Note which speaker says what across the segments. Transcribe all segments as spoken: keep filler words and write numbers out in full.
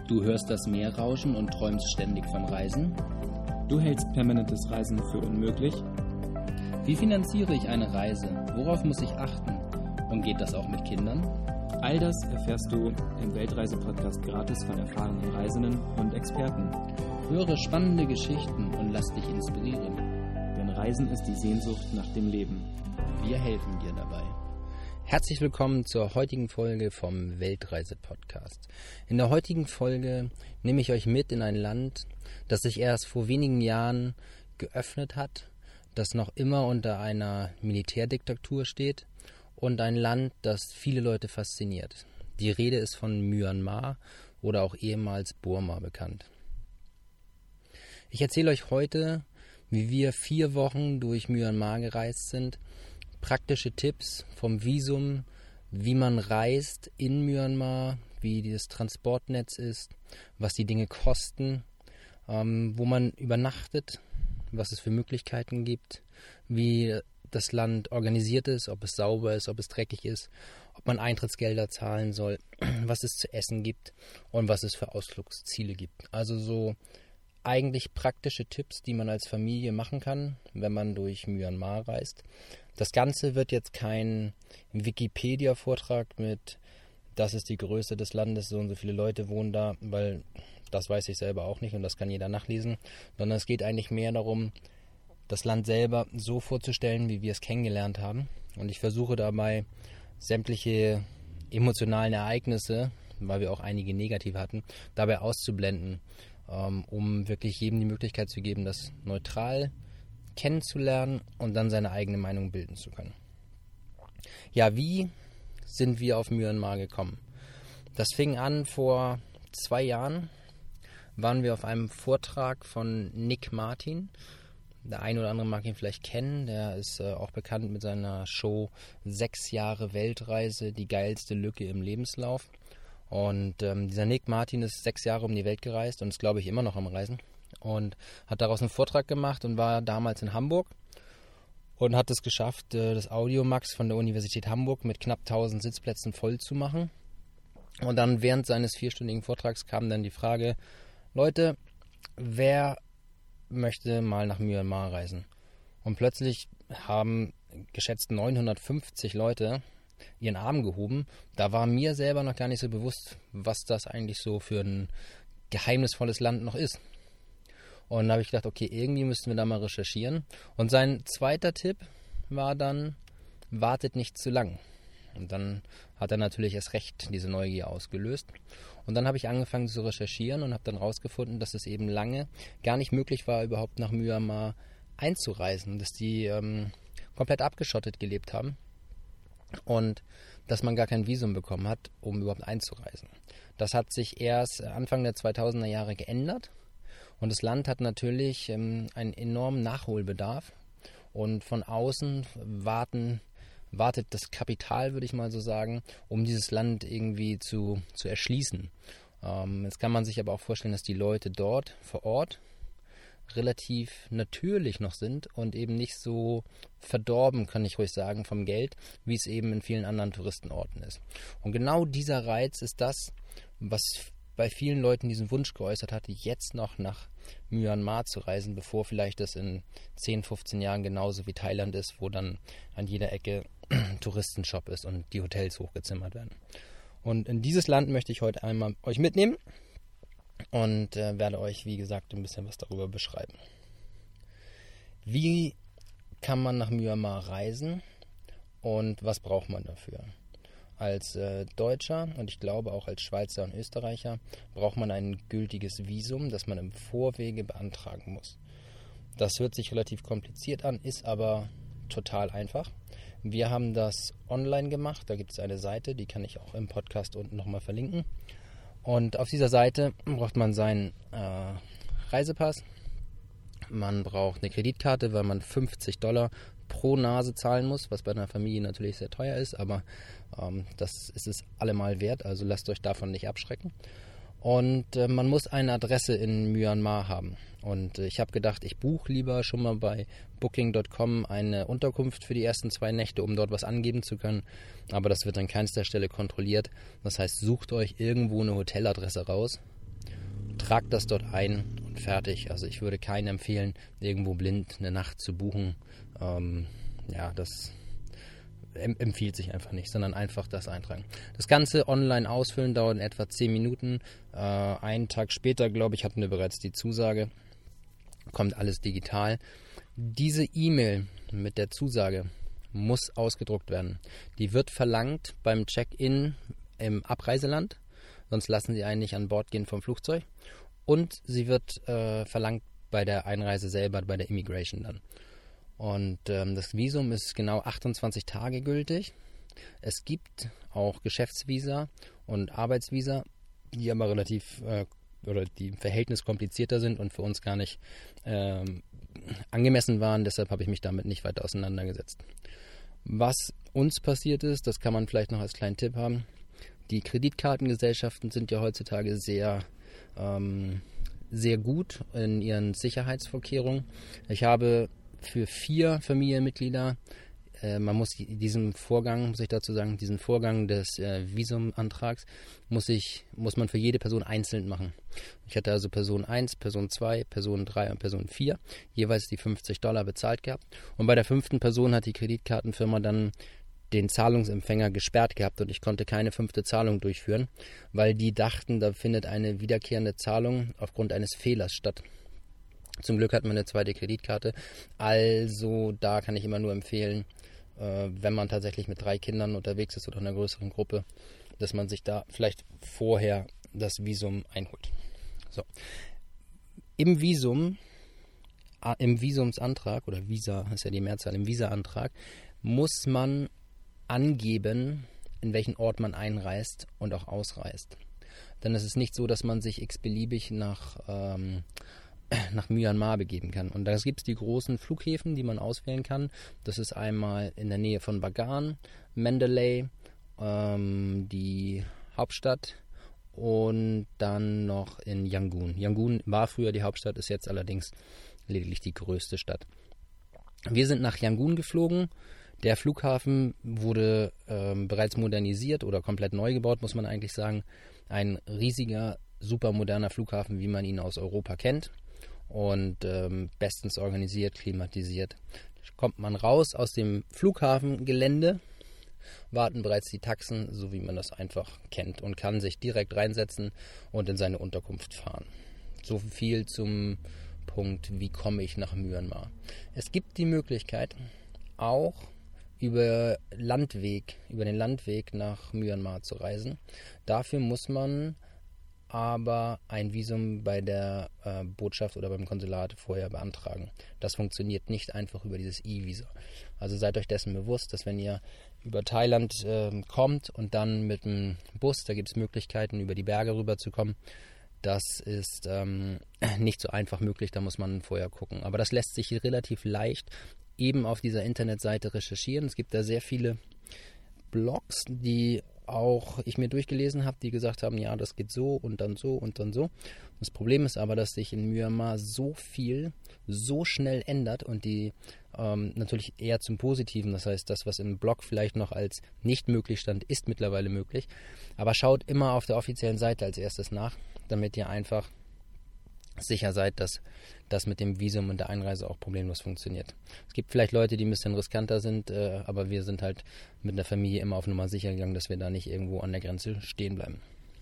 Speaker 1: Du hörst das Meer rauschen und träumst ständig von Reisen?
Speaker 2: Du hältst permanentes Reisen für unmöglich?
Speaker 1: Wie finanziere ich eine Reise? Worauf muss ich achten? Und geht das auch mit Kindern?
Speaker 2: All das erfährst du im Weltreise-Podcast gratis von erfahrenen Reisenden und Experten.
Speaker 1: Höre spannende Geschichten und lass dich inspirieren.
Speaker 2: Denn Reisen ist die Sehnsucht nach dem Leben.
Speaker 1: Wir helfen dir dabei. Herzlich willkommen zur heutigen Folge vom Weltreise-Podcast. In der heutigen Folge nehme ich euch mit in ein Land, das sich erst vor wenigen Jahren geöffnet hat, das noch immer unter einer Militärdiktatur steht und ein Land, das viele Leute fasziniert. Die Rede ist von Myanmar oder auch ehemals Burma bekannt. Ich erzähle euch heute, wie wir vier Wochen durch Myanmar gereist sind, praktische Tipps vom Visum, wie man reist in Myanmar, wie das Transportnetz ist, was die Dinge kosten, ähm, wo man übernachtet, was es für Möglichkeiten gibt, wie das Land organisiert ist, ob es sauber ist, ob es dreckig ist, ob man Eintrittsgelder zahlen soll, was es zu essen gibt und was es für Ausflugsziele gibt. Also so eigentlich praktische Tipps, die man als Familie machen kann, wenn man durch Myanmar reist. Das Ganze wird jetzt kein Wikipedia-Vortrag mit, das ist die Größe des Landes, so und so viele Leute wohnen da, weil das weiß ich selber auch nicht und das kann jeder nachlesen, sondern es geht eigentlich mehr darum, das Land selber so vorzustellen, wie wir es kennengelernt haben. Und ich versuche dabei, sämtliche emotionalen Ereignisse, weil wir auch einige negative hatten, dabei auszublenden, um wirklich jedem die Möglichkeit zu geben, das neutral kennenzulernen und dann seine eigene Meinung bilden zu können. Ja, wie sind wir auf Myanmar gekommen? Das fing an vor zwei Jahren, waren wir auf einem Vortrag von Nick Martin. Der eine oder andere mag ihn vielleicht kennen, der ist äh, auch bekannt mit seiner Show Sechs Jahre Weltreise, die geilste Lücke im Lebenslauf. Und ähm, dieser Nick Martin ist sechs Jahre um die Welt gereist und ist, glaube ich, immer noch am Reisen. Und hat daraus einen Vortrag gemacht und war damals in Hamburg und hat es geschafft, das Audiomax von der Universität Hamburg mit knapp tausend Sitzplätzen voll zu machen. Und dann während seines vierstündigen Vortrags kam dann die Frage, Leute, wer möchte mal nach Myanmar reisen? Und plötzlich haben geschätzt neunhundertfünfzig Leute ihren Arm gehoben. Da war mir selber noch gar nicht so bewusst, was das eigentlich so für ein geheimnisvolles Land noch ist. Und da habe ich gedacht, okay, irgendwie müssten wir da mal recherchieren. Und sein zweiter Tipp war dann, wartet nicht zu lang. Und dann hat er natürlich erst recht diese Neugier ausgelöst. Und dann habe ich angefangen zu recherchieren und habe dann rausgefunden, dass es eben lange gar nicht möglich war, überhaupt nach Myanmar einzureisen. Dass die ähm, komplett abgeschottet gelebt haben und dass man gar kein Visum bekommen hat, um überhaupt einzureisen. Das hat sich erst Anfang der zweitausender Jahre geändert. Und das Land hat natürlich ähm, einen enormen Nachholbedarf und von außen warten, wartet das Kapital, würde ich mal so sagen, um dieses Land irgendwie zu, zu erschließen. Ähm, jetzt kann man sich aber auch vorstellen, dass die Leute dort vor Ort relativ natürlich noch sind und eben nicht so verdorben, kann ich ruhig sagen, vom Geld, wie es eben in vielen anderen Touristenorten ist. Und genau dieser Reiz ist das, was bei vielen Leuten diesen Wunsch geäußert hatte, jetzt noch nach Myanmar zu reisen, bevor vielleicht das in zehn, fünfzehn Jahren genauso wie Thailand ist, wo dann an jeder Ecke Touristenshop ist und die Hotels hochgezimmert werden. Und in dieses Land möchte ich heute einmal euch mitnehmen und äh, werde euch, wie gesagt, ein bisschen was darüber beschreiben. Wie kann man nach Myanmar reisen und was braucht man dafür? Als äh, Deutscher und ich glaube auch als Schweizer und Österreicher braucht man ein gültiges Visum, das man im Vorwege beantragen muss. Das hört sich relativ kompliziert an, ist aber total einfach. Wir haben das online gemacht, da gibt es eine Seite, die kann ich auch im Podcast unten nochmal verlinken. Und auf dieser Seite braucht man seinen äh, Reisepass, man braucht eine Kreditkarte, weil man fünfzig Dollar pro Nase zahlen muss, was bei einer Familie natürlich sehr teuer ist, aber ähm, das ist es allemal wert, also lasst euch davon nicht abschrecken. Und äh, man muss eine Adresse in Myanmar haben. Und äh, ich habe gedacht, ich buche lieber schon mal bei Booking Punkt com eine Unterkunft für die ersten zwei Nächte, um dort was angeben zu können. Aber das wird an keinster Stelle kontrolliert. Das heißt, sucht euch irgendwo eine Hoteladresse raus tragt das dort ein und fertig. Also ich würde keinen empfehlen, irgendwo blind eine Nacht zu buchen. Ähm, ja, das empfiehlt sich einfach nicht, sondern einfach das eintragen. Das Ganze online ausfüllen dauert in etwa zehn Minuten. Äh, einen Tag später, glaube ich, hatten wir bereits die Zusage. Kommt alles digital. Diese E-Mail mit der Zusage muss ausgedruckt werden. Die wird verlangt beim Check-in im Abreiseland, sonst lassen sie einen nicht an Bord gehen vom Flugzeug. Und sie wird äh, verlangt bei der Einreise selber, bei der Immigration dann. Und ähm, das Visum ist genau achtundzwanzig Tage gültig. Es gibt auch Geschäftsvisa und Arbeitsvisa, die aber relativ äh, oder die im Verhältnis komplizierter sind und für uns gar nicht ähm, angemessen waren. Deshalb habe ich mich damit nicht weiter auseinandergesetzt. Was uns passiert ist, das kann man vielleicht noch als kleinen Tipp haben. Die Kreditkartengesellschaften sind ja heutzutage sehr ähm, sehr gut in ihren Sicherheitsvorkehrungen. Ich habe für vier Familienmitglieder, äh, man muss diesen Vorgang, muss ich dazu sagen, diesen Vorgang des äh, Visumantrags muss ich, muss man für jede Person einzeln machen. Ich hatte also Person eins, Person zwei, Person drei und Person vier, jeweils die fünfzig Dollar bezahlt gehabt. Und bei der fünften Person hat die Kreditkartenfirma dann den Zahlungsempfänger gesperrt gehabt und ich konnte keine fünfte Zahlung durchführen, weil die dachten, da findet eine wiederkehrende Zahlung aufgrund eines Fehlers statt. Zum Glück hat man eine zweite Kreditkarte, also da kann ich immer nur empfehlen, äh, wenn man tatsächlich mit drei Kindern unterwegs ist oder einer größeren Gruppe, dass man sich da vielleicht vorher das Visum einholt. So. Im Visum, äh, im Visumsantrag, oder Visa ist ja die Mehrzahl, im Visa-Antrag muss man angeben, in welchen Ort man einreist und auch ausreist. Denn es ist nicht so, dass man sich x-beliebig nach ähm, nach Myanmar begeben kann. Und da gibt es die großen Flughäfen, die man auswählen kann. Das ist einmal in der Nähe von Bagan, Mandalay, ähm, die Hauptstadt und dann noch in Yangon. Yangon war früher die Hauptstadt, ist jetzt allerdings lediglich die größte Stadt. Wir sind nach Yangon geflogen. Der Flughafen wurde ähm, bereits modernisiert oder komplett neu gebaut, muss man eigentlich sagen. Ein riesiger, super moderner Flughafen, wie man ihn aus Europa kennt. Und ähm, bestens organisiert, klimatisiert. Kommt man raus aus dem Flughafengelände, warten bereits die Taxen, so wie man das einfach kennt, und kann sich direkt reinsetzen und in seine Unterkunft fahren. So viel zum Punkt, wie komme ich nach Myanmar. Es gibt die Möglichkeit, auch über Landweg, über den Landweg nach Myanmar zu reisen. Dafür muss man aber ein Visum bei der äh, Botschaft oder beim Konsulat vorher beantragen. Das funktioniert nicht einfach über dieses E-Visa. Also seid euch dessen bewusst, dass wenn ihr über Thailand äh, kommt und dann mit dem Bus, da gibt es Möglichkeiten, über die Berge rüber zu kommen, das ist ähm, nicht so einfach möglich, da muss man vorher gucken. Aber das lässt sich relativ leicht eben auf dieser Internetseite recherchieren. Es gibt da sehr viele Blogs, die auch ich mir durchgelesen habe, die gesagt haben, ja, das geht so und dann so und dann so. Das Problem ist aber, dass sich in Myanmar so viel so schnell ändert und die ähm, natürlich eher zum Positiven, das heißt, das, was im Blog vielleicht noch als nicht möglich stand, ist mittlerweile möglich. Aber schaut immer auf der offiziellen Seite als erstes nach, damit ihr einfach sicher seid, dass das mit dem Visum und der Einreise auch problemlos funktioniert. Es gibt vielleicht Leute, die ein bisschen riskanter sind, äh, aber wir sind halt mit der Familie immer auf Nummer sicher gegangen, dass wir da nicht irgendwo an der Grenze stehen bleiben.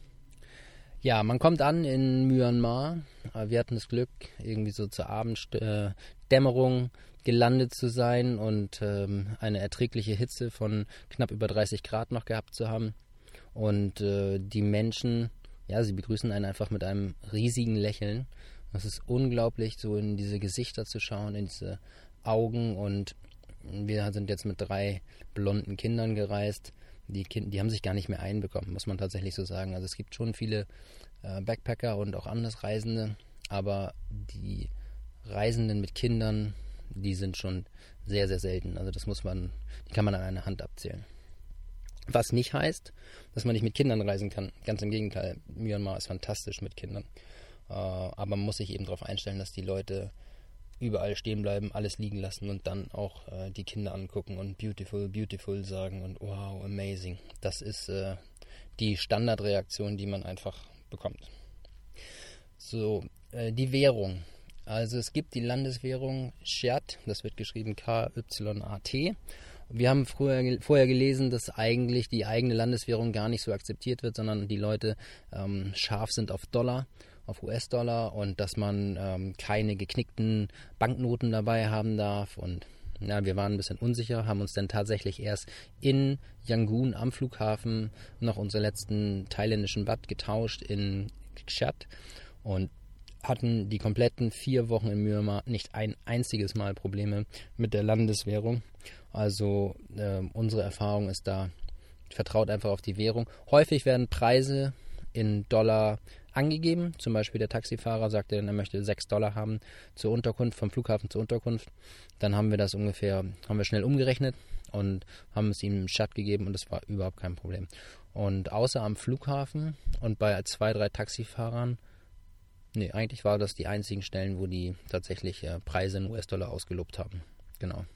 Speaker 1: Ja, man kommt an in Myanmar. Wir hatten das Glück, irgendwie so zur Abenddämmerung gelandet zu sein und ähm, eine erträgliche Hitze von knapp über dreißig Grad noch gehabt zu haben. Und äh, die Menschen, ja, sie begrüßen einen einfach mit einem riesigen Lächeln. Es ist unglaublich, so in diese Gesichter zu schauen, in diese Augen. Und wir sind jetzt mit drei blonden Kindern gereist. Die, kind, die haben sich gar nicht mehr einbekommen, muss man tatsächlich so sagen. Also es gibt schon viele äh, Backpacker und auch Andersreisende, aber die Reisenden mit Kindern, die sind schon sehr, sehr selten. Also das muss man, die kann man an einer Hand abzählen. Was nicht heißt, dass man nicht mit Kindern reisen kann. Ganz im Gegenteil, Myanmar ist fantastisch mit Kindern. Äh, aber man muss sich eben darauf einstellen, dass die Leute überall stehen bleiben, alles liegen lassen und dann auch äh, die Kinder angucken und beautiful, beautiful sagen und wow, amazing. Das ist äh, die Standardreaktion, die man einfach bekommt. So, äh, die Währung. Also es gibt die Landeswährung Kyat, das wird geschrieben K Y A T. Wir haben früher, vorher gelesen, dass eigentlich die eigene Landeswährung gar nicht so akzeptiert wird, sondern die Leute ähm, scharf sind auf Dollar, auf U S-Dollar und dass man ähm, keine geknickten Banknoten dabei haben darf. Und ja, wir waren ein bisschen unsicher, haben uns dann tatsächlich erst in Yangon am Flughafen noch unseren letzten thailändischen Baht getauscht in Kyat und hatten die kompletten vier Wochen in Myanmar nicht ein einziges Mal Probleme mit der Landeswährung. Also äh, unsere Erfahrung ist da, vertraut einfach auf die Währung. Häufig werden Preise in Dollar angegeben. Zum Beispiel der Taxifahrer sagt, er möchte sechs Dollar haben zur Unterkunft, vom Flughafen zur Unterkunft. Dann haben wir das ungefähr, haben wir schnell umgerechnet und haben es ihm Kyat gegeben und das war überhaupt kein Problem. Und außer am Flughafen und bei zwei, drei Taxifahrern, nee, eigentlich war das die einzigen Stellen, wo die tatsächlich äh, Preise in U S-Dollar ausgelobt haben. Genau.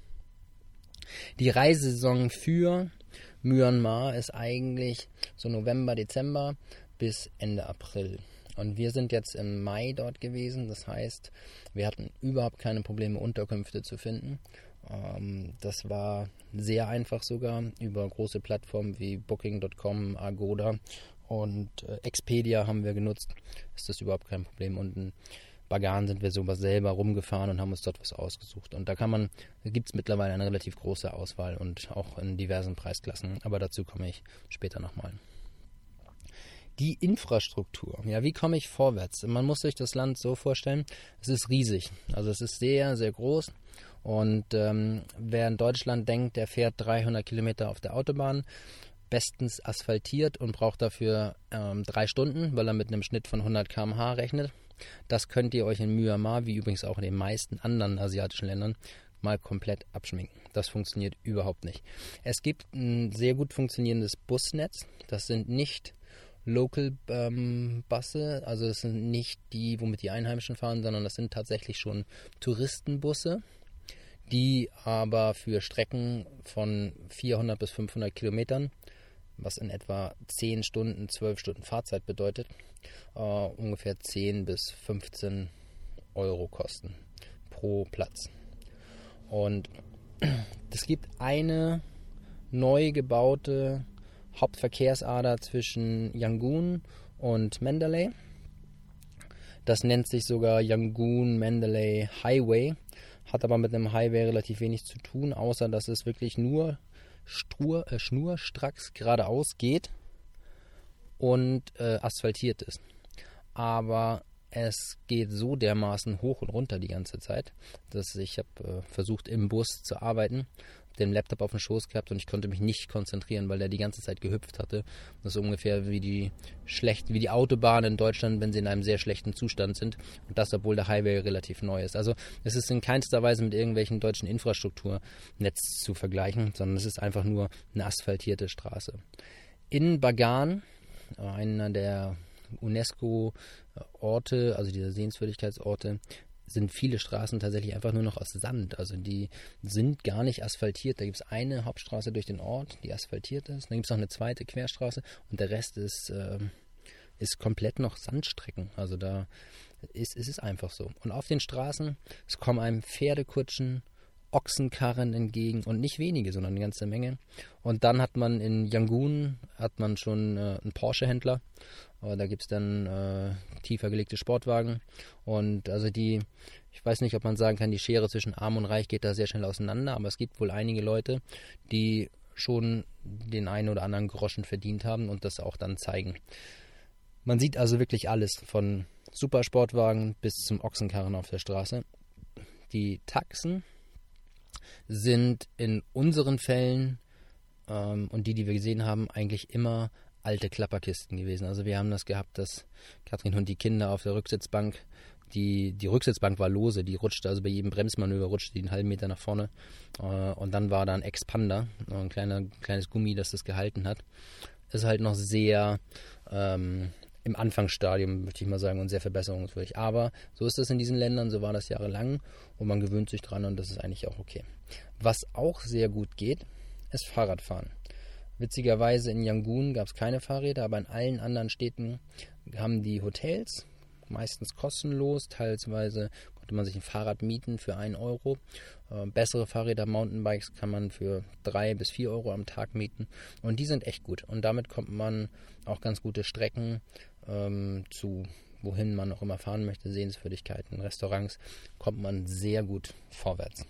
Speaker 1: Die Reisesaison für Myanmar ist eigentlich so November, Dezember bis Ende April. Und wir sind jetzt im Mai dort gewesen. Das heißt, wir hatten überhaupt keine Probleme, Unterkünfte zu finden. Ähm, das war sehr einfach sogar. Über große Plattformen wie Booking Punkt com, Agoda und äh, Expedia haben wir genutzt. Ist das überhaupt kein Problem. Und in Bagan sind wir sogar selber rumgefahren und haben uns dort was ausgesucht. Und da kann man, da gibt es mittlerweile eine relativ große Auswahl und auch in diversen Preisklassen. Aber dazu komme ich später nochmal. Die Infrastruktur. Ja, wie komme ich vorwärts? Man muss sich das Land so vorstellen, es ist riesig. Also es ist sehr, sehr groß. Und ähm, wer in Deutschland denkt, der fährt dreihundert Kilometer auf der Autobahn, bestens asphaltiert und braucht dafür ähm, drei Stunden, weil er mit einem Schnitt von hundert Kilometer pro Stunde rechnet. Das könnt ihr euch in Myanmar, wie übrigens auch in den meisten anderen asiatischen Ländern, mal komplett abschminken. Das funktioniert überhaupt nicht. Es gibt ein sehr gut funktionierendes Busnetz. Das sind nicht Local ähm, Busse, also das sind nicht die, womit die Einheimischen fahren, sondern das sind tatsächlich schon Touristenbusse, die aber für Strecken von vierhundert bis fünfhundert Kilometern, was in etwa zehn Stunden, zwölf Stunden Fahrzeit bedeutet, äh, ungefähr zehn bis fünfzehn Euro kosten pro Platz. Und es gibt eine neu gebaute Hauptverkehrsader zwischen Yangon und Mandalay. Das nennt sich sogar Yangon-Mandalay Highway, hat aber mit einem Highway relativ wenig zu tun, außer dass es wirklich nur stur, äh, schnurstracks geradeaus geht und äh, asphaltiert ist. Aber es geht so dermaßen hoch und runter die ganze Zeit, dass ich habe äh, versucht im Bus zu arbeiten, den Laptop auf dem Schoß gehabt und ich konnte mich nicht konzentrieren, weil der die ganze Zeit gehüpft hatte. Das ist ungefähr wie die schlechten, wie die Autobahnen in Deutschland, wenn sie in einem sehr schlechten Zustand sind. Und das, obwohl der Highway relativ neu ist. Also es ist in keinster Weise mit irgendwelchen deutschen Infrastrukturnetz zu vergleichen, sondern es ist einfach nur eine asphaltierte Straße. In Bagan, einer der UNESCO-Orte, also diese Sehenswürdigkeitsorte, sind viele Straßen tatsächlich einfach nur noch aus Sand. Also die sind gar nicht asphaltiert. Da gibt es eine Hauptstraße durch den Ort, die asphaltiert ist. Dann gibt es noch eine zweite Querstraße und der Rest ist, äh, ist komplett noch Sandstrecken. Also da ist, ist es einfach so. Und auf den Straßen, es kommen einem Pferdekutschen, Ochsenkarren entgegen und nicht wenige, sondern eine ganze Menge. Und dann hat man in Yangon hat man schon äh, einen Porsche-Händler. Äh, da gibt es dann äh, tiefer gelegte Sportwagen. Und also die, ich weiß nicht, ob man sagen kann, die Schere zwischen Arm und Reich geht da sehr schnell auseinander, aber es gibt wohl einige Leute, die schon den einen oder anderen Groschen verdient haben und das auch dann zeigen. Man sieht also wirklich alles, von Supersportwagen bis zum Ochsenkarren auf der Straße. Die Taxen sind in unseren Fällen ähm, und die, die wir gesehen haben, eigentlich immer alte Klapperkisten gewesen. Also wir haben das gehabt, dass Katrin und die Kinder auf der Rücksitzbank, die, die Rücksitzbank war lose, die rutschte, also bei jedem Bremsmanöver rutschte die einen halben Meter nach vorne äh, und dann war da ein Expander, ein kleiner, kleines Gummi, das das gehalten hat. Ist halt noch sehr ähm, im Anfangsstadium, möchte ich mal sagen, und sehr verbesserungswürdig. Aber so ist es in diesen Ländern, so war das jahrelang und man gewöhnt sich dran und das ist eigentlich auch okay. Was auch sehr gut geht, ist Fahrradfahren. Witzigerweise in Yangon gab es keine Fahrräder, aber in allen anderen Städten haben die Hotels meistens kostenlos, teilweise konnte man sich ein Fahrrad mieten für einen Euro. Äh, bessere Fahrräder, Mountainbikes kann man für drei bis vier Euro am Tag mieten und die sind echt gut und damit kommt man auch ganz gute Strecken ähm, zu wohin man auch immer fahren möchte, Sehenswürdigkeiten, Restaurants, kommt man sehr gut vorwärts.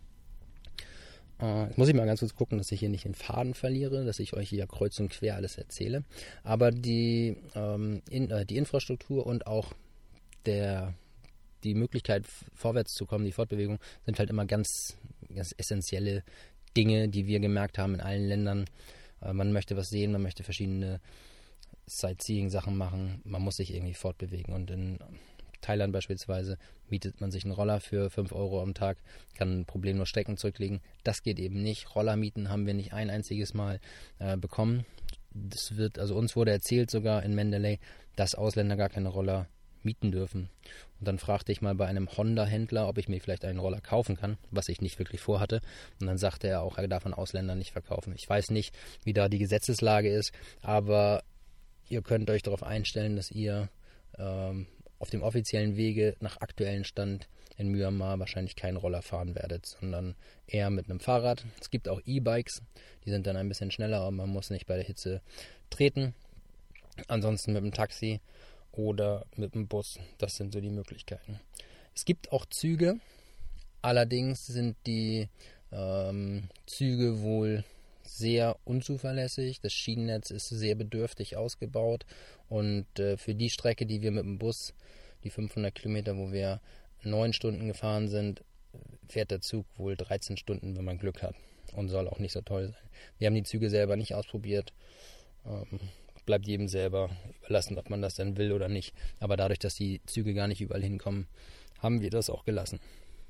Speaker 1: Jetzt muss ich mal ganz kurz gucken, dass ich hier nicht den Faden verliere, dass ich euch hier kreuz und quer alles erzähle. Aber die, ähm, in, äh, die Infrastruktur und auch der, die Möglichkeit, vorwärts zu kommen, die Fortbewegung, sind halt immer ganz, ganz essentielle Dinge, die wir gemerkt haben in allen Ländern. Äh, man möchte was sehen, man möchte verschiedene Sightseeing-Sachen machen, man muss sich irgendwie fortbewegen. Und in Thailand beispielsweise mietet man sich einen Roller für fünf Euro am Tag, kann problemlos Strecken zurücklegen. Das geht eben nicht. Rollermieten haben wir nicht ein einziges Mal äh, bekommen. Das wird, also uns wurde erzählt sogar in Mandalay, dass Ausländer gar keine Roller mieten dürfen. Und dann fragte ich mal bei einem Honda-Händler, ob ich mir vielleicht einen Roller kaufen kann, was ich nicht wirklich vorhatte. Und dann sagte er auch, er darf an Ausländer nicht verkaufen. Ich weiß nicht, wie da die Gesetzeslage ist, aber ihr könnt euch darauf einstellen, dass ihr ähm, auf dem offiziellen Wege nach aktuellem Stand in Myanmar wahrscheinlich keinen Roller fahren werdet, sondern eher mit einem Fahrrad. Es gibt auch E-Bikes, die sind dann ein bisschen schneller, aber man muss nicht bei der Hitze treten. Ansonsten mit dem Taxi oder mit dem Bus, das sind so die Möglichkeiten. Es gibt auch Züge, allerdings sind die ähm, Züge wohl sehr unzuverlässig. Das Schienennetz ist sehr bedürftig ausgebaut und äh, für die Strecke, die wir mit dem Bus, die fünfhundert Kilometer, wo wir neun Stunden gefahren sind, fährt der Zug wohl dreizehn Stunden, wenn man Glück hat und soll auch nicht so toll sein. Wir haben die Züge selber nicht ausprobiert. Ähm, bleibt jedem selber überlassen, ob man das denn will oder nicht. Aber dadurch, dass die Züge gar nicht überall hinkommen, haben wir das auch gelassen.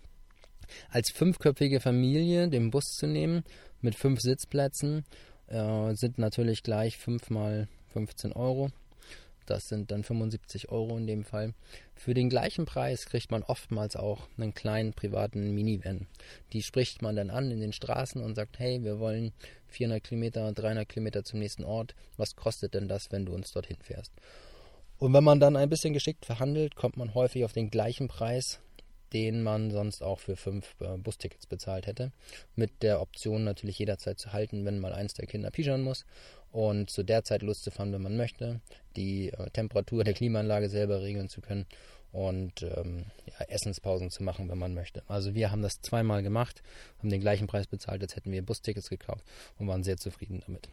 Speaker 1: Als fünfköpfige Familie den Bus zu nehmen mit fünf Sitzplätzen äh, sind natürlich gleich fünf mal fünfzehn Euro. Das sind dann fünfundsiebzig Euro in dem Fall. Für den gleichen Preis kriegt man oftmals auch einen kleinen privaten Minivan. Die spricht man dann an in den Straßen und sagt, hey, wir wollen vierhundert Kilometer, dreihundert Kilometer zum nächsten Ort. Was kostet denn das, wenn du uns dorthin fährst? Und wenn man dann ein bisschen geschickt verhandelt, kommt man häufig auf den gleichen Preis, den man sonst auch für fünf äh, Bustickets bezahlt hätte. Mit der Option natürlich jederzeit zu halten, wenn mal eins der Kinder pischern muss und zu der Zeit Lust zu fahren, wenn man möchte, die äh, Temperatur der Klimaanlage selber regeln zu können und ähm, ja, Essenspausen zu machen, wenn man möchte. Also wir haben das zweimal gemacht, haben den gleichen Preis bezahlt, als hätten wir Bustickets gekauft und waren sehr zufrieden damit.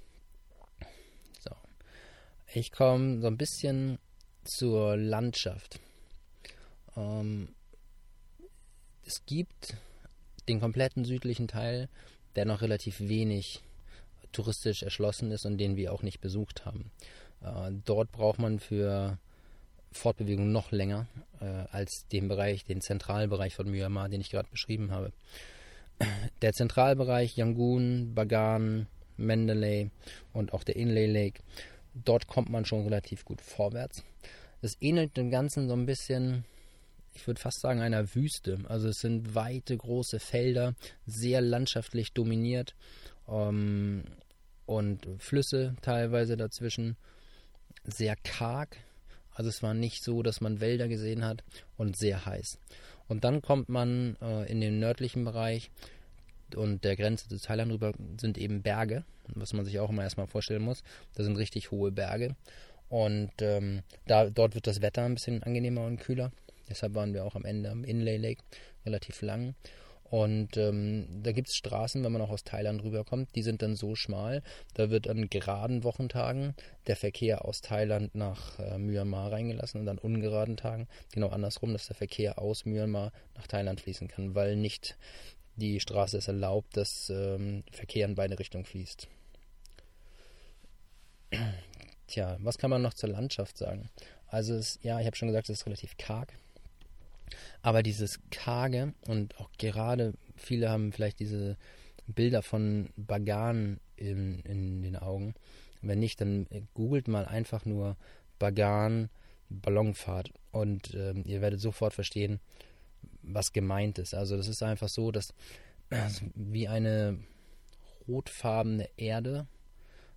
Speaker 1: So. Ich komme so ein bisschen zur Landschaft. Ähm, Es gibt den kompletten südlichen Teil, der noch relativ wenig touristisch erschlossen ist und den wir auch nicht besucht haben. Äh, dort braucht man für Fortbewegung noch länger äh, als den Bereich, den Zentralbereich von Myanmar, den ich gerade beschrieben habe. Der Zentralbereich Yangon, Bagan, Mandalay und auch der Inle Lake, dort kommt man schon relativ gut vorwärts. Es ähnelt dem Ganzen so ein bisschen, ich würde fast sagen, einer Wüste. Also es sind weite, große Felder, sehr landschaftlich dominiert ähm, und Flüsse teilweise dazwischen, sehr karg. Also es war nicht so, dass man Wälder gesehen hat und sehr heiß. Und dann kommt man äh, in den nördlichen Bereich und der Grenze zu Thailand rüber sind eben Berge, was man sich auch immer erstmal vorstellen muss. Das sind richtig hohe Berge und ähm, da, dort wird das Wetter ein bisschen angenehmer und kühler. Deshalb waren wir auch am Ende am Inle Lake relativ lang. Und ähm, da gibt es Straßen, wenn man auch aus Thailand rüberkommt, die sind dann so schmal, da wird an geraden Wochentagen der Verkehr aus Thailand nach äh, Myanmar reingelassen und an ungeraden Tagen genau andersrum, dass der Verkehr aus Myanmar nach Thailand fließen kann, weil nicht die Straße es erlaubt, dass ähm, Verkehr in beide Richtungen fließt. Tja, was kann man noch zur Landschaft sagen? Also es, ja, ich habe schon gesagt, es ist relativ karg. Aber dieses Karge und auch gerade viele haben vielleicht diese Bilder von Bagan in, in den Augen. Wenn nicht, dann googelt mal einfach nur Bagan Ballonfahrt und ähm, ihr werdet sofort verstehen, was gemeint ist. Also das ist einfach so, dass wie eine rotfarbene Erde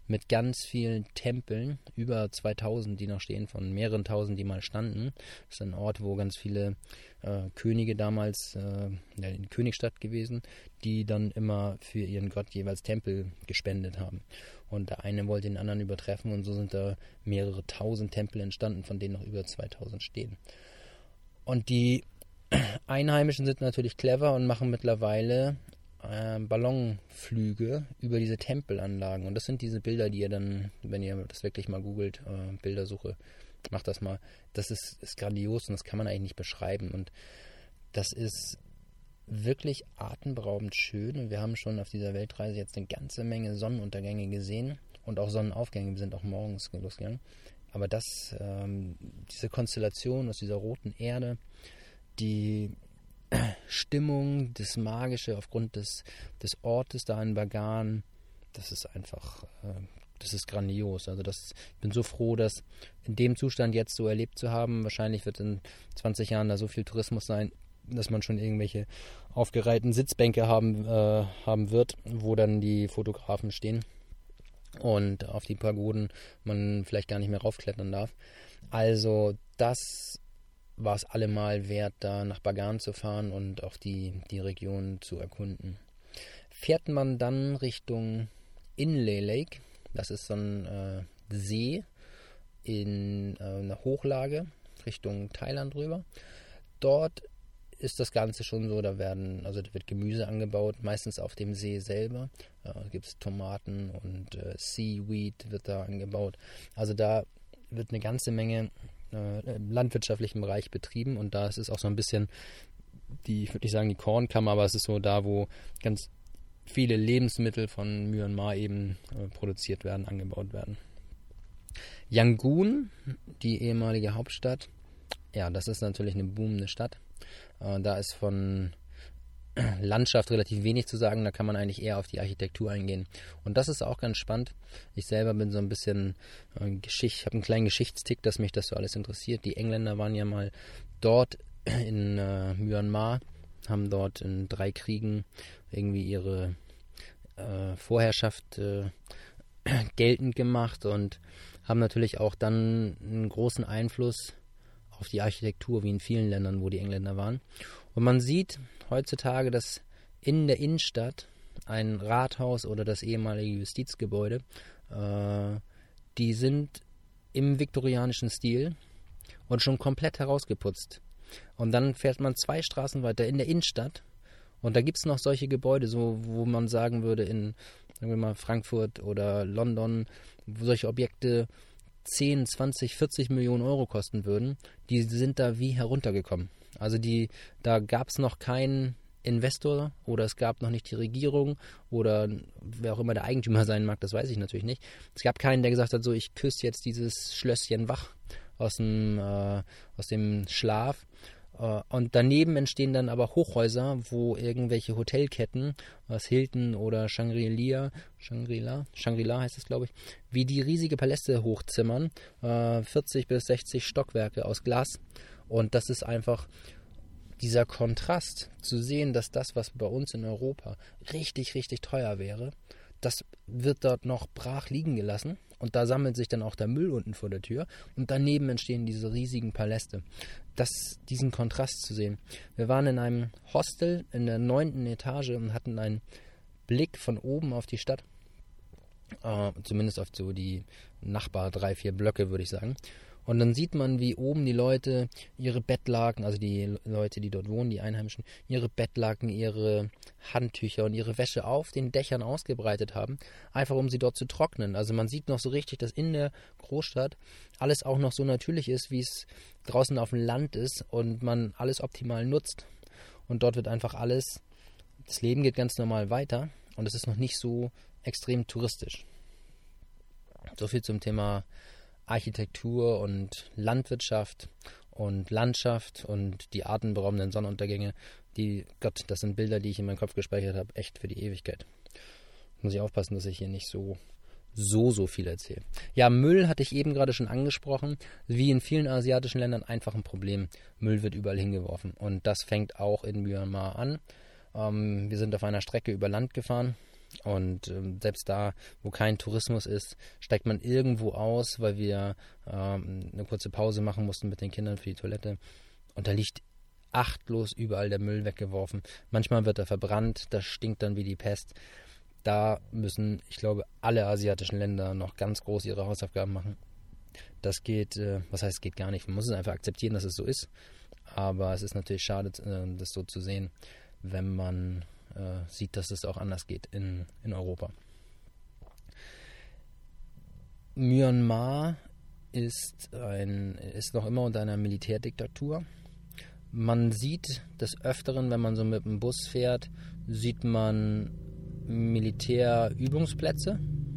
Speaker 1: mit ganz vielen Tempeln, über zweitausend, die noch stehen, von mehreren tausend, die mal standen. Das ist ein Ort, wo ganz viele äh, Könige damals, äh, ja, in Königstadt gewesen, die dann immer für ihren Gott jeweils Tempel gespendet haben. Und der eine wollte den anderen übertreffen und so sind da mehrere tausend Tempel entstanden, von denen noch über zweitausend stehen. Und die Einheimischen sind natürlich clever und machen mittlerweile äh, Ballonflüge über diese Tempelanlagen. Und das sind diese Bilder, die ihr dann, wenn ihr das wirklich mal googelt, äh, Bildersuche, macht das mal. Das ist, ist grandios und das kann man eigentlich nicht beschreiben. Und das ist wirklich atemberaubend schön. Und wir haben schon auf dieser Weltreise jetzt eine ganze Menge Sonnenuntergänge gesehen und auch Sonnenaufgänge. Wir sind auch morgens losgegangen. Aber das, ähm, diese Konstellation aus dieser roten Erde, die Stimmung, das Magische aufgrund des, des Ortes da in Bagan, das ist einfach, äh, das ist grandios. Also das, ich bin so froh, das in dem Zustand jetzt so erlebt zu haben. Wahrscheinlich wird in zwanzig Jahren da so viel Tourismus sein, dass man schon irgendwelche aufgereihten Sitzbänke haben, äh, haben wird, wo dann die Fotografen stehen und auf die Pagoden man vielleicht gar nicht mehr raufklettern darf. Also das war es allemal wert, da nach Bagan zu fahren und auch die, die Region zu erkunden. Fährt man dann Richtung Inle Lake, das ist so ein äh, See in äh, einer Hochlage Richtung Thailand rüber. Dort ist das Ganze schon so, da werden, also da wird Gemüse angebaut, meistens auf dem See selber. Da äh, gibt es Tomaten und äh, Seaweed wird da angebaut. Also da wird eine ganze Menge äh, im landwirtschaftlichen Bereich betrieben und da ist es auch so ein bisschen die, ich würde nicht sagen die Kornkammer, aber es ist so da, wo ganz viele Lebensmittel von Myanmar eben äh, produziert werden, angebaut werden. Yangon, die ehemalige Hauptstadt, ja, das ist natürlich eine boomende Stadt. Äh, da ist von Landschaft relativ wenig zu sagen, da kann man eigentlich eher auf die Architektur eingehen. Und das ist auch ganz spannend. Ich selber bin so ein bisschen äh, Geschicht, habe einen kleinen Geschichtstick, dass mich das so alles interessiert. Die Engländer waren ja mal dort in äh, Myanmar, haben dort in drei Kriegen irgendwie ihre äh, Vorherrschaft äh, geltend gemacht und haben natürlich auch dann einen großen Einfluss auf die Architektur, wie in vielen Ländern, wo die Engländer waren. Und man sieht heutzutage, dass in der Innenstadt ein Rathaus oder das ehemalige Justizgebäude, äh, die sind im viktorianischen Stil und schon komplett herausgeputzt. Und dann fährt man zwei Straßen weiter in der Innenstadt und da gibt es noch solche Gebäude, so, wo man sagen würde, in sagen wir mal Frankfurt oder London, wo solche Objekte zehn, zwanzig, vierzig Millionen Euro kosten würden, die sind da wie heruntergekommen. Also die, da gab es noch keinen Investor oder es gab noch nicht die Regierung oder wer auch immer der Eigentümer sein mag, das weiß ich natürlich nicht. Es gab keinen, der gesagt hat, so ich küsse jetzt dieses Schlösschen wach aus dem, äh, aus dem Schlaf. Und daneben entstehen dann aber Hochhäuser, wo irgendwelche Hotelketten, was Hilton oder Shangri-La, Shangri-La, Shangri-La heißt es, glaube ich, wie die riesige Paläste hochzimmern, vierzig bis sechzig Stockwerke aus Glas. Und das ist einfach dieser Kontrast, zu sehen, dass das, was bei uns in Europa richtig, richtig teuer wäre, das wird dort noch brach liegen gelassen. Und da sammelt sich dann auch der Müll unten vor der Tür. Und daneben entstehen diese riesigen Paläste. Das, diesen Kontrast zu sehen. Wir waren in einem Hostel in der neunten Etage und hatten einen Blick von oben auf die Stadt. Äh, zumindest auf so die Nachbar drei, vier Blöcke, würde ich sagen. Und dann sieht man, wie oben die Leute ihre Bettlaken, also die Leute, die dort wohnen, die Einheimischen, ihre Bettlaken, ihre Handtücher und ihre Wäsche auf den Dächern ausgebreitet haben, einfach um sie dort zu trocknen. Also man sieht noch so richtig, dass in der Großstadt alles auch noch so natürlich ist, wie es draußen auf dem Land ist und man alles optimal nutzt. Und dort wird einfach alles, das Leben geht ganz normal weiter und es ist noch nicht so extrem touristisch. So viel zum Thema Architektur und Landwirtschaft und Landschaft und die atemberaubenden Sonnenuntergänge, die, Gott, das sind Bilder, die ich in meinem Kopf gespeichert habe, echt für die Ewigkeit. Muss ich aufpassen, dass ich hier nicht so, so, so viel erzähle. Ja, Müll hatte ich eben gerade schon angesprochen, wie in vielen asiatischen Ländern einfach ein Problem. Müll wird überall hingeworfen und das fängt auch in Myanmar an. Ähm, wir sind auf einer Strecke über Land gefahren Und ähm, selbst da, wo kein Tourismus ist, steigt man irgendwo aus, weil wir ähm, eine kurze Pause machen mussten mit den Kindern für die Toilette. Und da liegt achtlos überall der Müll weggeworfen. Manchmal wird er verbrannt, das stinkt dann wie die Pest. Da müssen, ich glaube, alle asiatischen Länder noch ganz groß ihre Hausaufgaben machen. Das geht, äh, was heißt, geht gar nicht. Man muss es einfach akzeptieren, dass es so ist. Aber es ist natürlich schade, äh, das so zu sehen, wenn man äh, sieht, dass es auch anders geht in, in Europa. Myanmar ist, ein, ist noch immer unter einer Militärdiktatur. Man sieht des Öfteren, wenn man so mit dem Bus fährt, sieht man Militärübungsplätze.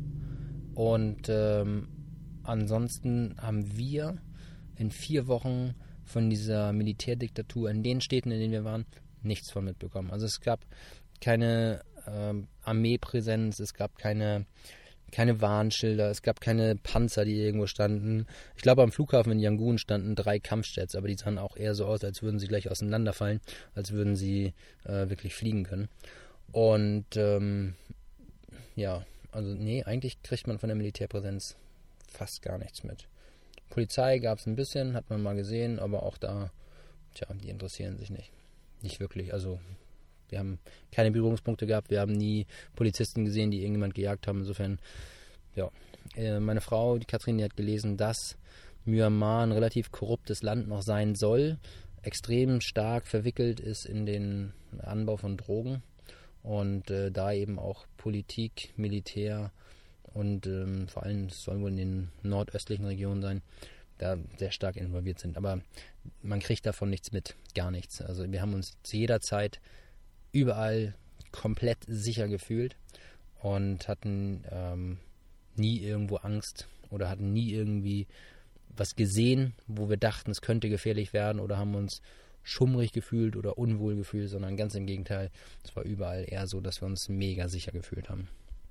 Speaker 1: Und ähm, ansonsten haben wir in vier Wochen von dieser Militärdiktatur in den Städten, in denen wir waren, nichts von mitbekommen. Also es gab keine ähm, Armeepräsenz, es gab keine, keine Warnschilder, es gab keine Panzer, die irgendwo standen. Ich glaube, am Flughafen in Yangon standen drei Kampfjets, aber die sahen auch eher so aus, als würden sie gleich auseinanderfallen, als würden sie äh, wirklich fliegen können. Und ähm, ja, also nee, eigentlich kriegt man von der Militärpräsenz fast gar nichts mit. Polizei gab es ein bisschen, hat man mal gesehen, aber auch da, tja, die interessieren sich nicht. Nicht wirklich, also wir haben keine Berührungspunkte gehabt, wir haben nie Polizisten gesehen, die irgendjemand gejagt haben. Insofern, ja, meine Frau, die Katrin, die hat gelesen, dass Myanmar ein relativ korruptes Land noch sein soll, extrem stark verwickelt ist in den Anbau von Drogen und äh, da eben auch Politik, Militär und ähm, vor allem, es soll wohl in den nordöstlichen Regionen sein, da sehr stark involviert sind. Aber man kriegt davon nichts mit, gar nichts. Also wir haben uns zu jeder Zeit überall komplett sicher gefühlt und hatten ähm, nie irgendwo Angst oder hatten nie irgendwie was gesehen, wo wir dachten, es könnte gefährlich werden oder haben uns schummrig gefühlt oder unwohl gefühlt, sondern ganz im Gegenteil, es war überall eher so, dass wir uns mega sicher gefühlt haben.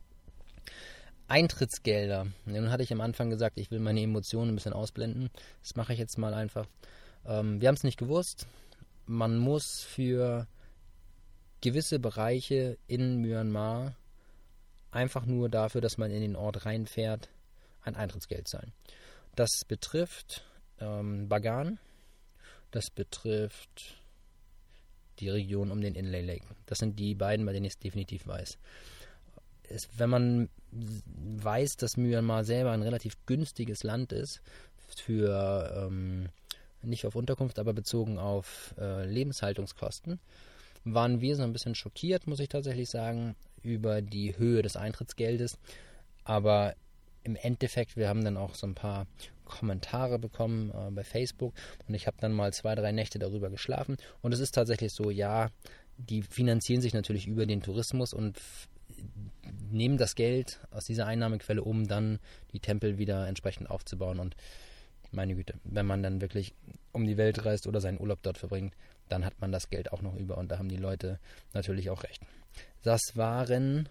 Speaker 1: Eintrittsgelder. Nun hatte ich am Anfang gesagt, ich will meine Emotionen ein bisschen ausblenden. Das mache ich jetzt mal einfach. Ähm, wir haben es nicht gewusst. Man muss für gewisse Bereiche in Myanmar einfach nur dafür, dass man in den Ort reinfährt, ein Eintrittsgeld zahlen. Das betrifft ähm, Bagan, das betrifft die Region um den Inle Lake. Das sind die beiden, bei denen ich es definitiv weiß. Es, wenn man weiß, dass Myanmar selber ein relativ günstiges Land ist, für ähm, nicht auf Unterkunft, aber bezogen auf äh, Lebenshaltungskosten, waren wir so ein bisschen schockiert, muss ich tatsächlich sagen, über die Höhe des Eintrittsgeldes. Aber im Endeffekt, wir haben dann auch so ein paar Kommentare bekommen äh, bei Facebook und ich habe dann mal zwei, drei Nächte darüber geschlafen. Und es ist tatsächlich so, ja, die finanzieren sich natürlich über den Tourismus und f- nehmen das Geld aus dieser Einnahmequelle, um dann die Tempel wieder entsprechend aufzubauen. Und meine Güte, wenn man dann wirklich um die Welt reist oder seinen Urlaub dort verbringt, dann hat man das Geld auch noch über und da haben die Leute natürlich auch recht. Das waren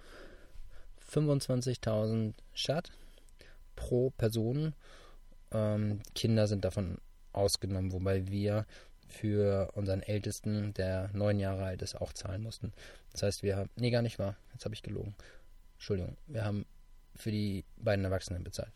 Speaker 1: fünfundzwanzigtausend Baht pro Person. Ähm, Kinder sind davon ausgenommen, wobei wir für unseren Ältesten, der neun Jahre alt ist, auch zahlen mussten. Das heißt, wir haben, nee, gar nicht wahr, jetzt habe ich gelogen. Entschuldigung, wir haben für die beiden Erwachsenen bezahlt.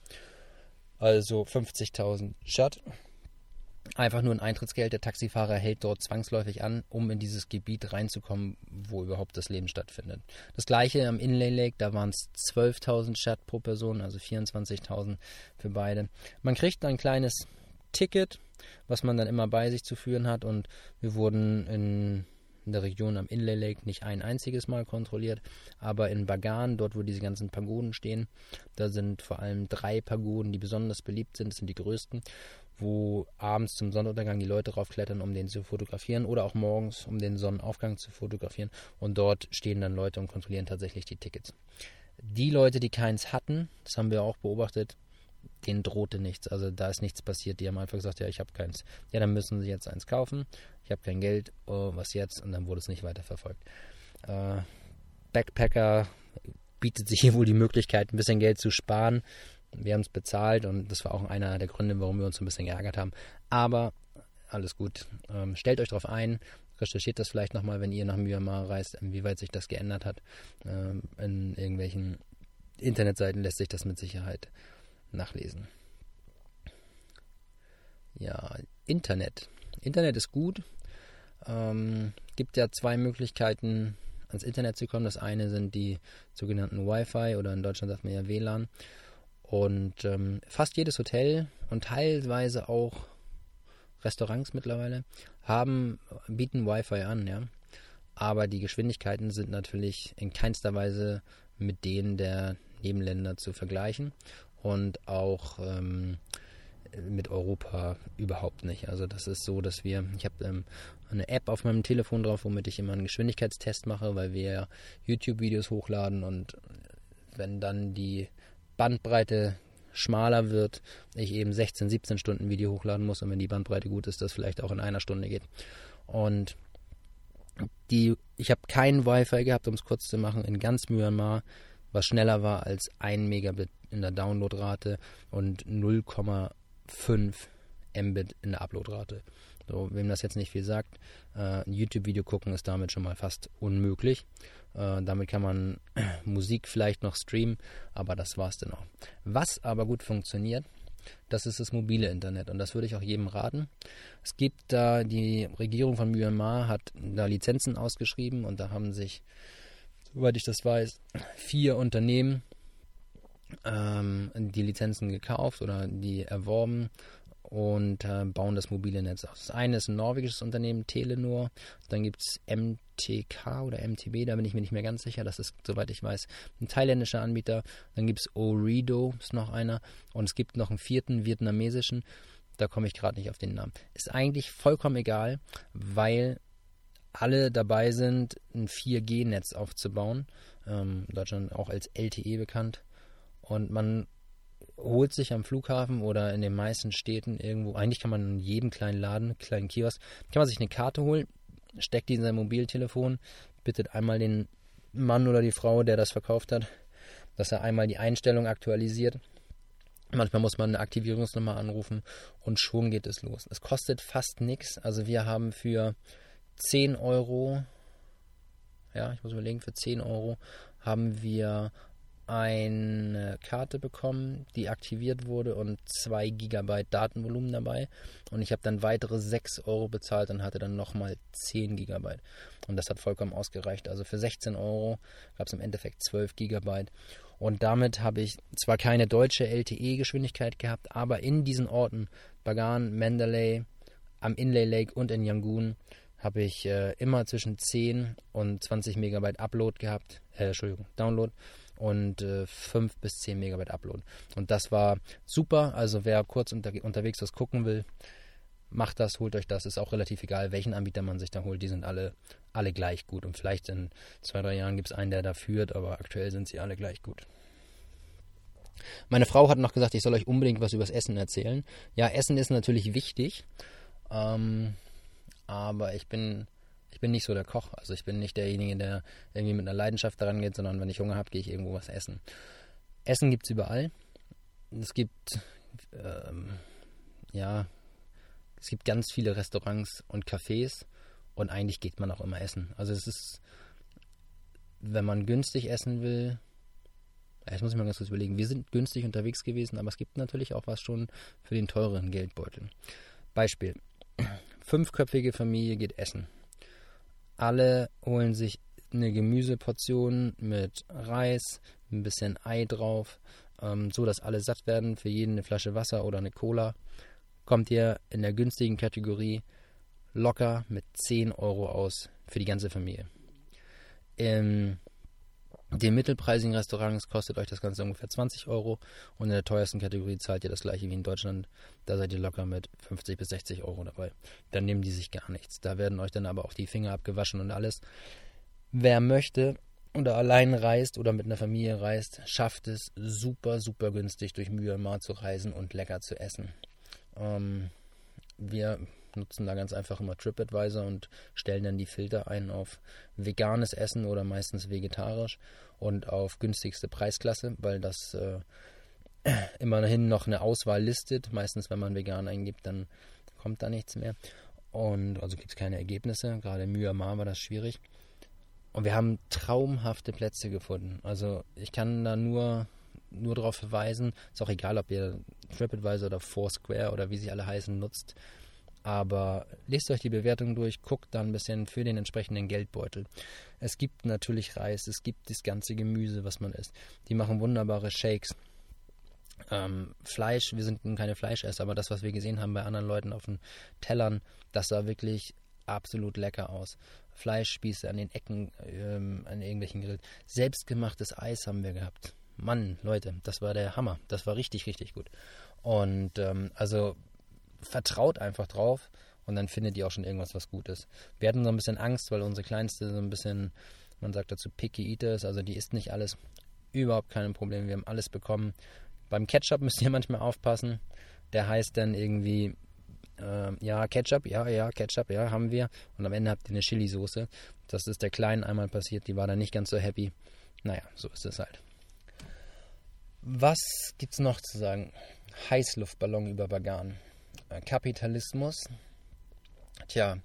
Speaker 1: Also fünfzigtausend Baht. Einfach nur ein Eintrittsgeld. Der Taxifahrer hält dort zwangsläufig an, um in dieses Gebiet reinzukommen, wo überhaupt das Leben stattfindet. Das gleiche am Inle Lake, da waren es zwölftausend Baht pro Person, also vierundzwanzigtausend für beide. Man kriegt ein kleines Ticket, was man dann immer bei sich zu führen hat und wir wurden in in der Region am Inle Lake nicht ein einziges Mal kontrolliert, aber in Bagan, dort wo diese ganzen Pagoden stehen, da sind vor allem drei Pagoden, die besonders beliebt sind, das sind die größten, wo abends zum Sonnenuntergang die Leute raufklettern, um den zu fotografieren oder auch morgens, um den Sonnenaufgang zu fotografieren und dort stehen dann Leute und kontrollieren tatsächlich die Tickets. Die Leute, die keins hatten, das haben wir auch beobachtet, denen drohte nichts, also da ist nichts passiert, die haben einfach gesagt, ja, ich habe keins. Ja, dann müssen sie jetzt eins kaufen, ich habe kein Geld, oh, was jetzt? Und dann wurde es nicht weiter verfolgt. Äh, Backpacker bietet sich hier wohl die Möglichkeit, ein bisschen Geld zu sparen. Wir haben es bezahlt und das war auch einer der Gründe, warum wir uns ein bisschen geärgert haben. Aber alles gut, ähm, stellt euch darauf ein, recherchiert das vielleicht nochmal, wenn ihr nach Myanmar reist, inwieweit sich das geändert hat. Ähm, in irgendwelchen Internetseiten lässt sich das mit Sicherheit nachlesen. Ja, Internet. Internet ist gut. Ähm, gibt ja zwei Möglichkeiten, ans Internet zu kommen. Das eine sind die sogenannten Wi-Fi oder in Deutschland sagt man ja W L A N. Und ähm, fast jedes Hotel und teilweise auch Restaurants mittlerweile haben, bieten Wi-Fi an, ja. Aber die Geschwindigkeiten sind natürlich in keinster Weise mit denen der Nebenländer zu vergleichen und auch ähm, mit Europa überhaupt nicht. Also das ist so, dass wir, ich habe ähm, eine App auf meinem Telefon drauf, womit ich immer einen Geschwindigkeitstest mache, weil wir ja YouTube-Videos hochladen und wenn dann die Bandbreite schmaler wird, ich eben sechzehn, siebzehn Stunden Video hochladen muss und wenn die Bandbreite gut ist, das vielleicht auch in einer Stunde geht. Und die, ich habe kein Wi-Fi gehabt, um es kurz zu machen, in ganz Myanmar, was schneller war als ein Megabit in der Downloadrate und null Komma fünf Mbit in der Uploadrate. So, wem das jetzt nicht viel sagt, äh, ein YouTube-Video gucken ist damit schon mal fast unmöglich. Äh, damit kann man Musik vielleicht noch streamen, aber das war's dann auch. Was aber gut funktioniert, das ist das mobile Internet und das würde ich auch jedem raten. Es gibt da, die Regierung von Myanmar hat da Lizenzen ausgeschrieben und da haben sich, soweit ich das weiß, vier Unternehmen ähm, die Lizenzen gekauft oder die erworben und äh, bauen das mobile Netz aus. Das eine ist ein norwegisches Unternehmen, Telenor, dann gibt es M T K oder M T B, da bin ich mir nicht mehr ganz sicher, das ist, soweit ich weiß, ein thailändischer Anbieter, dann gibt es Ooredoo, ist noch einer, und es gibt noch einen vierten vietnamesischen, da komme ich gerade nicht auf den Namen. Ist eigentlich vollkommen egal, weil alle dabei sind, ein vier G Netz aufzubauen, ähm, in Deutschland auch als L T E bekannt, und man holt sich am Flughafen oder in den meisten Städten irgendwo, eigentlich kann man in jedem kleinen Laden, kleinen Kiosk, kann man sich eine Karte holen, steckt die in sein Mobiltelefon, bittet einmal den Mann oder die Frau, der das verkauft hat, dass er einmal die Einstellung aktualisiert. Manchmal muss man eine Aktivierungsnummer anrufen und schon geht es los. Es kostet fast nichts. Also wir haben für zehn Euro, ja, ich muss überlegen, für zehn Euro haben wir eine Karte bekommen, die aktiviert wurde und zwei Gigabyte Datenvolumen dabei. Und ich habe dann weitere sechs Euro bezahlt und hatte dann nochmal zehn Gigabyte. Und das hat vollkommen ausgereicht. Also für sechzehn Euro gab es im Endeffekt zwölf Gigabyte. Und damit habe ich zwar keine deutsche L T E-Geschwindigkeit gehabt, aber in diesen Orten, Bagan, Mandalay, am Inle Lake und in Yangon, habe ich äh, immer zwischen zehn und zwanzig Megabyte Upload gehabt, äh, Entschuldigung, Download und äh, fünf bis zehn Megabyte Upload. Und das war super, also wer kurz unter, unterwegs was gucken will, macht das, holt euch das, ist auch relativ egal, welchen Anbieter man sich da holt, die sind alle, alle gleich gut und vielleicht in zwei, drei Jahren gibt es einen, der da führt, aber aktuell sind sie alle gleich gut. Meine Frau hat noch gesagt, ich soll euch unbedingt was übers Essen erzählen. Ja, Essen ist natürlich wichtig, ähm, aber ich bin, ich bin nicht so der Koch. Also ich bin nicht derjenige, der irgendwie mit einer Leidenschaft daran geht, sondern wenn ich Hunger habe, gehe ich irgendwo was essen. Essen gibt es überall. Es gibt, ähm, ja, es gibt ganz viele Restaurants und Cafés und eigentlich geht man auch immer essen. Also es ist, wenn man günstig essen will, jetzt muss ich mal ganz kurz überlegen, wir sind günstig unterwegs gewesen, aber es gibt natürlich auch was schon für den teureren Geldbeutel. Beispiel, fünfköpfige Familie geht essen. Alle holen sich eine Gemüseportion mit Reis, ein bisschen Ei drauf, ähm, so dass alle satt werden, für jeden eine Flasche Wasser oder eine Cola. Kommt ihr in der günstigen Kategorie locker mit zehn Euro aus für die ganze Familie. In den mittelpreisigen Restaurants kostet euch das Ganze ungefähr zwanzig Euro und in der teuersten Kategorie zahlt ihr das gleiche wie in Deutschland. Da seid ihr locker mit fünfzig bis sechzig Euro dabei. Dann nehmen die sich gar nichts. Da werden euch dann aber auch die Finger abgewaschen und alles. Wer möchte oder allein reist oder mit einer Familie reist, schafft es super, super günstig durch Myanmar zu reisen und lecker zu essen. Ähm, wir nutzen da ganz einfach immer TripAdvisor und stellen dann die Filter ein auf veganes Essen oder meistens vegetarisch und auf günstigste Preisklasse, weil das äh, immerhin noch eine Auswahl listet. Meistens, wenn man vegan eingibt, dann kommt da nichts mehr. Und also gibt es keine Ergebnisse. Gerade in Myanmar war das schwierig. Und wir haben traumhafte Plätze gefunden. Also ich kann da nur, nur darauf verweisen, ist auch egal, ob ihr TripAdvisor oder Foursquare oder wie sie alle heißen nutzt. Aber lest euch die Bewertung durch, guckt dann ein bisschen für den entsprechenden Geldbeutel. Es gibt natürlich Reis, es gibt das ganze Gemüse, was man isst. Die machen wunderbare Shakes. Ähm, Fleisch, wir sind keine Fleischesser, aber das, was wir gesehen haben bei anderen Leuten auf den Tellern, das sah wirklich absolut lecker aus. Fleischspieße an den Ecken, ähm, an irgendwelchen Grillen. Selbstgemachtes Eis haben wir gehabt. Mann, Leute, das war der Hammer. Das war richtig, richtig gut. Und ähm, also vertraut einfach drauf und dann findet ihr auch schon irgendwas, was gut ist. Wir hatten so ein bisschen Angst, weil unsere Kleinste so ein bisschen, man sagt dazu Picky Eater ist, also die isst nicht alles. Überhaupt kein Problem, wir haben alles bekommen. Beim Ketchup müsst ihr manchmal aufpassen. Der heißt dann irgendwie Äh, ja, Ketchup, ja, ja, Ketchup, ja, haben wir. Und am Ende habt ihr eine Chili-Soße. Das ist der Kleinen einmal passiert, die war dann nicht ganz so happy. Naja, so ist es halt. Was gibt's noch zu sagen? Heißluftballon über Bagan. Äh, Kapitalismus. Tja,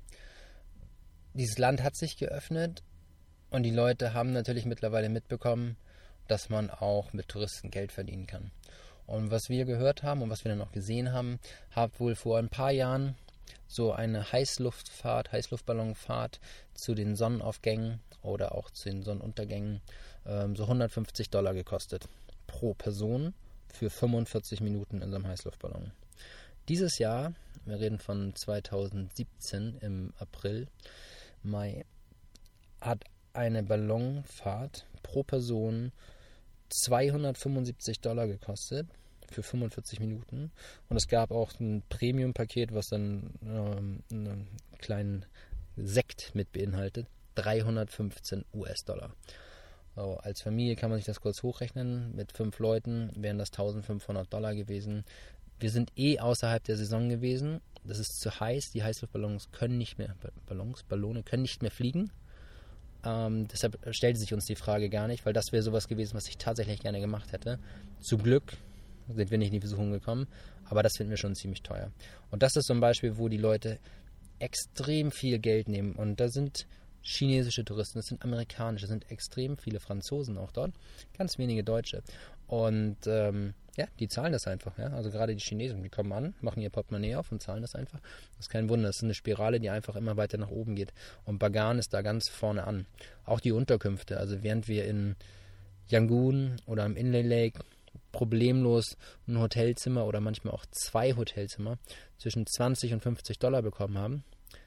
Speaker 1: dieses Land hat sich geöffnet und die Leute haben natürlich mittlerweile mitbekommen, dass man auch mit Touristen Geld verdienen kann. Und was wir gehört haben und was wir dann auch gesehen haben, hat wohl vor ein paar Jahren so eine Heißluftfahrt, Heißluftballonfahrt zu den Sonnenaufgängen oder auch zu den Sonnenuntergängen ähm, so hundertfünfzig Dollar gekostet pro Person für fünfundvierzig Minuten in so einem Heißluftballon. Dieses Jahr, wir reden von zweitausendsiebzehn im April, Mai, hat eine Ballonfahrt pro Person zweihundertfünfundsiebzig Dollar gekostet für fünfundvierzig Minuten. Und es gab auch ein Premium-Paket, was dann ähm, einen kleinen Sekt mit beinhaltet. dreihundertfünfzehn US-Dollar. So, als Familie kann man sich das kurz hochrechnen. Mit fünf Leuten wären das eintausendfünfhundert Dollar gewesen. Wir sind eh außerhalb der Saison gewesen. Das ist zu heiß. Die Heißluftballons können nicht mehr, Ballons, Ballone können nicht mehr fliegen. Ähm, deshalb stellte sich uns die Frage gar nicht, weil das wäre sowas gewesen, was ich tatsächlich gerne gemacht hätte. Zum Glück sind wir nicht in die Versuchung gekommen, aber das finden wir schon ziemlich teuer. Und das ist zum Beispiel, wo die Leute extrem viel Geld nehmen. Und da sind chinesische Touristen, das sind amerikanische, das sind extrem viele Franzosen auch dort, ganz wenige Deutsche. Und ähm, ja, die zahlen das einfach. Ja? Also gerade die Chinesen, die kommen an, machen ihr Portemonnaie auf und zahlen das einfach. Das ist kein Wunder, das ist eine Spirale, die einfach immer weiter nach oben geht. Und Bagan ist da ganz vorne an. Auch die Unterkünfte, also während wir in Yangon oder am Inle Lake problemlos ein Hotelzimmer oder manchmal auch zwei Hotelzimmer zwischen zwanzig und fünfzig Dollar bekommen haben,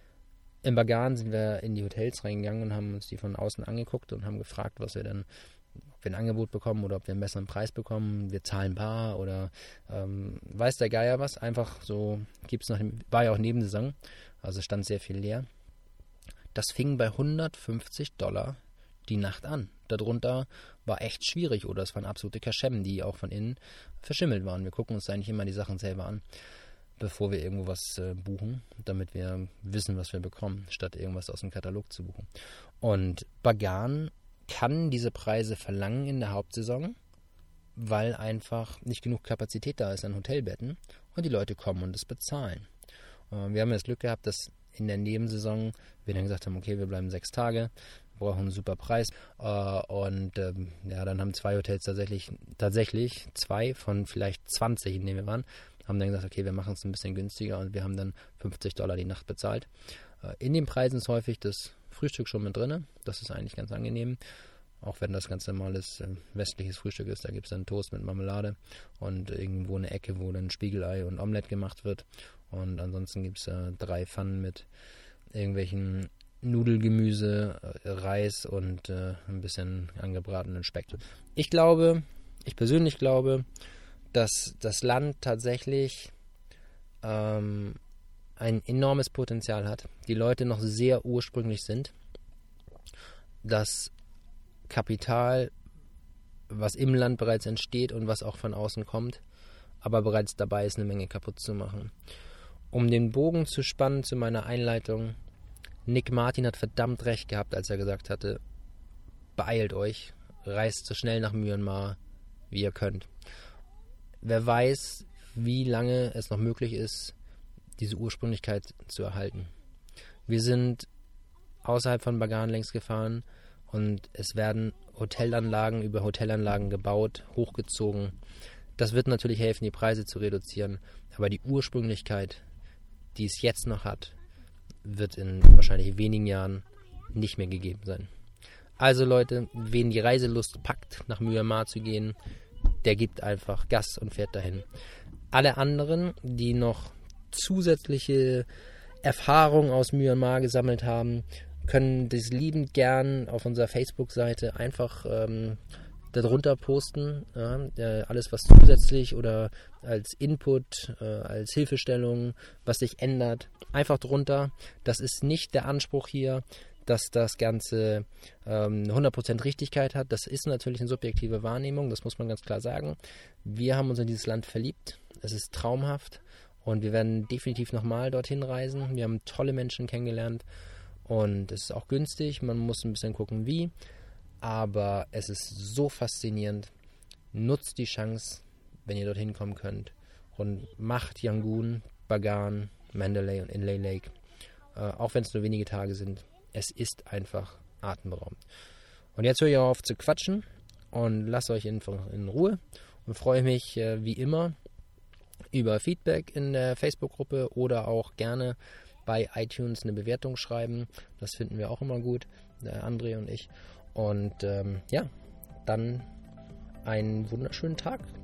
Speaker 1: in Bagan sind wir in die Hotels reingegangen und haben uns die von außen angeguckt und haben gefragt, was wir denn, ob wir ein Angebot bekommen oder ob wir einen besseren Preis bekommen. Wir zahlen bar oder ähm, weiß der Geier was. Einfach so, gibt's noch, war ja auch Nebensaison, also stand sehr viel leer. Das fing bei hundertfünfzig Dollar die Nacht an. Darunter war echt schwierig oder es waren absolute Kaschemmen, die auch von innen verschimmelt waren. Wir gucken uns eigentlich immer die Sachen selber an, bevor wir irgendwo was äh, buchen, damit wir wissen, was wir bekommen, statt irgendwas aus dem Katalog zu buchen. Und Bagan kann diese Preise verlangen in der Hauptsaison, weil einfach nicht genug Kapazität da ist an Hotelbetten und die Leute kommen und es bezahlen. Äh, wir haben das Glück gehabt, dass in der Nebensaison wir dann gesagt haben, okay, wir bleiben sechs Tage, brauchen einen super Preis äh, und ähm, ja, dann haben zwei Hotels tatsächlich, tatsächlich zwei von vielleicht zwanzig, in denen wir waren, haben dann gesagt, okay, wir machen es ein bisschen günstiger und wir haben dann fünfzig Dollar die Nacht bezahlt. Äh, in den Preisen ist häufig das Frühstück schon mit drin, das ist eigentlich ganz angenehm, auch wenn das ganz normales äh, westliches Frühstück ist, da gibt es dann Toast mit Marmelade und irgendwo eine Ecke, wo dann Spiegelei und Omelette gemacht wird und ansonsten gibt es äh, drei Pfannen mit irgendwelchen Nudelgemüse, Reis und äh, ein bisschen angebratenen Speck. Ich glaube, ich persönlich glaube, dass das Land tatsächlich ähm, ein enormes Potenzial hat. Die Leute noch sehr ursprünglich sind. Das Kapital, was im Land bereits entsteht und was auch von außen kommt, aber bereits dabei ist, eine Menge kaputt zu machen. Um den Bogen zu spannen zu meiner Einleitung, Nick Martin hat verdammt recht gehabt, als er gesagt hatte, beeilt euch, reist so schnell nach Myanmar, wie ihr könnt. Wer weiß, wie lange es noch möglich ist, diese Ursprünglichkeit zu erhalten. Wir sind außerhalb von Bagan längst gefahren und es werden Hotelanlagen über Hotelanlagen gebaut, hochgezogen. Das wird natürlich helfen, die Preise zu reduzieren, aber die Ursprünglichkeit, die es jetzt noch hat, wird in wahrscheinlich wenigen Jahren nicht mehr gegeben sein. Also Leute, wen die Reiselust packt, nach Myanmar zu gehen, der gibt einfach Gas und fährt dahin. Alle anderen, die noch zusätzliche Erfahrungen aus Myanmar gesammelt haben, können das liebend gern auf unserer Facebook-Seite einfach ähm, darunter posten. Ja, äh, alles, was zusätzlich oder als Input, äh, als Hilfestellung, was sich ändert, einfach drunter. Das ist nicht der Anspruch hier, dass das Ganze ähm, hundert Prozent Richtigkeit hat. Das ist natürlich eine subjektive Wahrnehmung, das muss man ganz klar sagen. Wir haben uns in dieses Land verliebt. Es ist traumhaft und wir werden definitiv nochmal dorthin reisen. Wir haben tolle Menschen kennengelernt. Und es ist auch günstig, man muss ein bisschen gucken wie, aber es ist so faszinierend. Nutzt die Chance, wenn ihr dorthin kommen könnt und macht Yangon, Bagan, Mandalay und Inle Lake, äh, auch wenn es nur wenige Tage sind. Es ist einfach atemberaubend. Und jetzt höre ich auch auf zu quatschen und lasse euch in, in Ruhe und freue mich äh, wie immer über Feedback in der Facebook-Gruppe oder auch gerne bei iTunes eine Bewertung schreiben. Das finden wir auch immer gut, der André und ich. Und ähm, ja, dann einen wunderschönen Tag.